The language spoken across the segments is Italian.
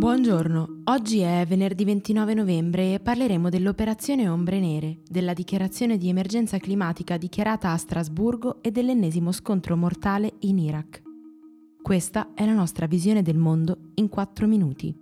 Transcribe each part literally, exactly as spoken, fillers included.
Buongiorno, oggi è venerdì ventinove novembre e parleremo dell'operazione Ombre Nere, della dichiarazione di emergenza climatica dichiarata a Strasburgo e dell'ennesimo scontro mortale in Iraq. Questa è la nostra visione del mondo in quattro minuti.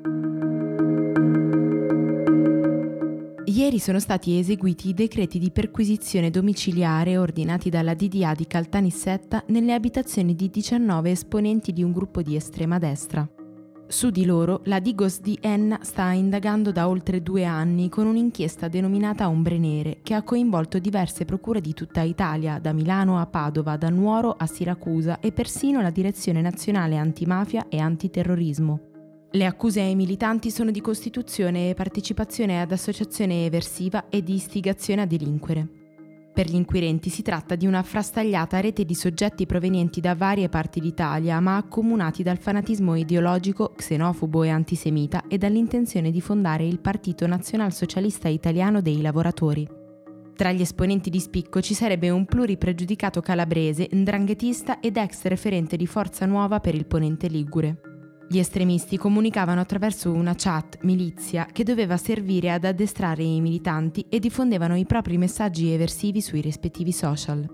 Ieri sono stati eseguiti i decreti di perquisizione domiciliare ordinati dalla D D A di Caltanissetta nelle abitazioni di diciannove esponenti di un gruppo di estrema destra. Su di loro la Digos di Enna sta indagando da oltre due anni con un'inchiesta denominata Ombre Nere che ha coinvolto diverse procure di tutta Italia, da Milano a Padova, da Nuoro a Siracusa e persino la Direzione Nazionale Antimafia e Antiterrorismo. Le accuse ai militanti sono di costituzione e partecipazione ad associazione eversiva e di istigazione a delinquere. Per gli inquirenti si tratta di una frastagliata rete di soggetti provenienti da varie parti d'Italia, ma accomunati dal fanatismo ideologico, xenofobo e antisemita e dall'intenzione di fondare il Partito Nazionalsocialista Italiano dei Lavoratori. Tra gli esponenti di spicco ci sarebbe un pluripregiudicato calabrese, 'ndranghetista ed ex referente di Forza Nuova per il Ponente Ligure. Gli estremisti comunicavano attraverso una chat milizia che doveva servire ad addestrare i militanti e diffondevano i propri messaggi eversivi sui rispettivi social.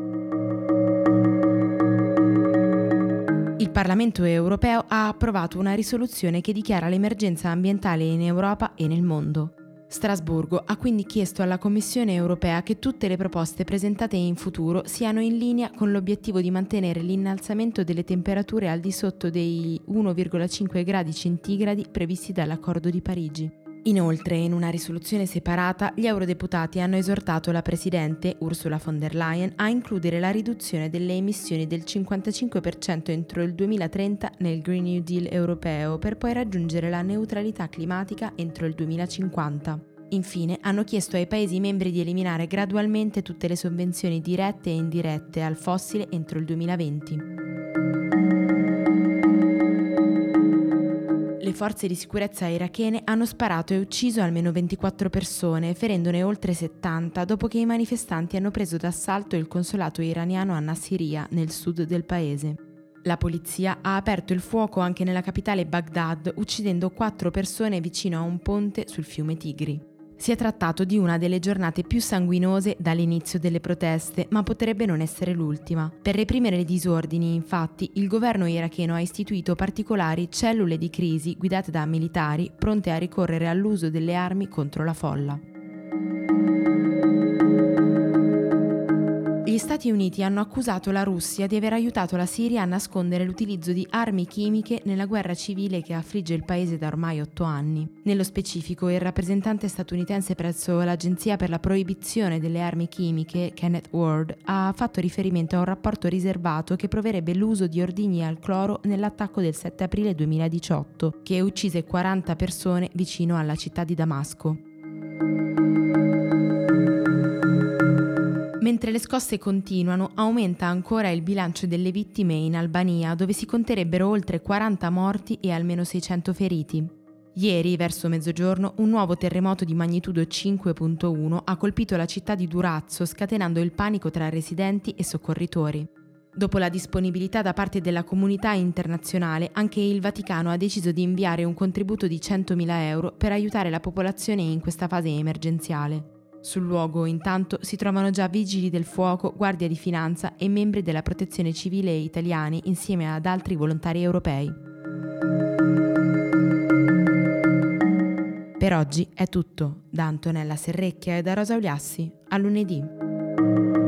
Il Parlamento europeo ha approvato una risoluzione che dichiara l'emergenza ambientale in Europa e nel mondo. Strasburgo ha quindi chiesto alla Commissione europea che tutte le proposte presentate in futuro siano in linea con l'obiettivo di mantenere l'innalzamento delle temperature al di sotto dei uno virgola cinque gradi centigradi previsti dall'Accordo di Parigi. Inoltre, in una risoluzione separata, gli eurodeputati hanno esortato la Presidente, Ursula von der Leyen, a includere la riduzione delle emissioni del cinquantacinque per cento entro il duemilatrenta nel Green New Deal europeo per poi raggiungere la neutralità climatica entro il duemilacinquanta. Infine, hanno chiesto ai Paesi membri di eliminare gradualmente tutte le sovvenzioni dirette e indirette al fossile entro il duemilaventi. Le forze di sicurezza irachene hanno sparato e ucciso almeno ventiquattro persone, ferendone oltre settanta, dopo che i manifestanti hanno preso d'assalto il consolato iraniano a Nassiriya, nel sud del paese. La polizia ha aperto il fuoco anche nella capitale Baghdad, uccidendo quattro persone vicino a un ponte sul fiume Tigri. Si è trattato di una delle giornate più sanguinose dall'inizio delle proteste, ma potrebbe non essere l'ultima. Per reprimere i disordini, infatti, il governo iracheno ha istituito particolari cellule di crisi guidate da militari pronte a ricorrere all'uso delle armi contro la folla. Gli Stati Uniti hanno accusato la Russia di aver aiutato la Siria a nascondere l'utilizzo di armi chimiche nella guerra civile che affligge il paese da ormai otto anni. Nello specifico, il rappresentante statunitense presso l'Agenzia per la proibizione delle armi chimiche, Kenneth Ward, ha fatto riferimento a un rapporto riservato che proverebbe l'uso di ordigni al cloro nell'attacco del sette aprile duemiladiciotto, che uccise quaranta persone vicino alla città di Damasco. Mentre le scosse continuano, aumenta ancora il bilancio delle vittime in Albania, dove si conterebbero oltre quaranta morti e almeno seicento feriti. Ieri, verso mezzogiorno, un nuovo terremoto di magnitudo cinque virgola uno ha colpito la città di Durazzo, scatenando il panico tra residenti e soccorritori. Dopo la disponibilità da parte della comunità internazionale, anche il Vaticano ha deciso di inviare un contributo di centomila euro per aiutare la popolazione in questa fase emergenziale. Sul luogo, intanto, si trovano già vigili del fuoco, guardia di finanza e membri della protezione civile italiani insieme ad altri volontari europei. Per oggi è tutto. Da Antonella Serrecchia e da Rosa Uliassi. A lunedì.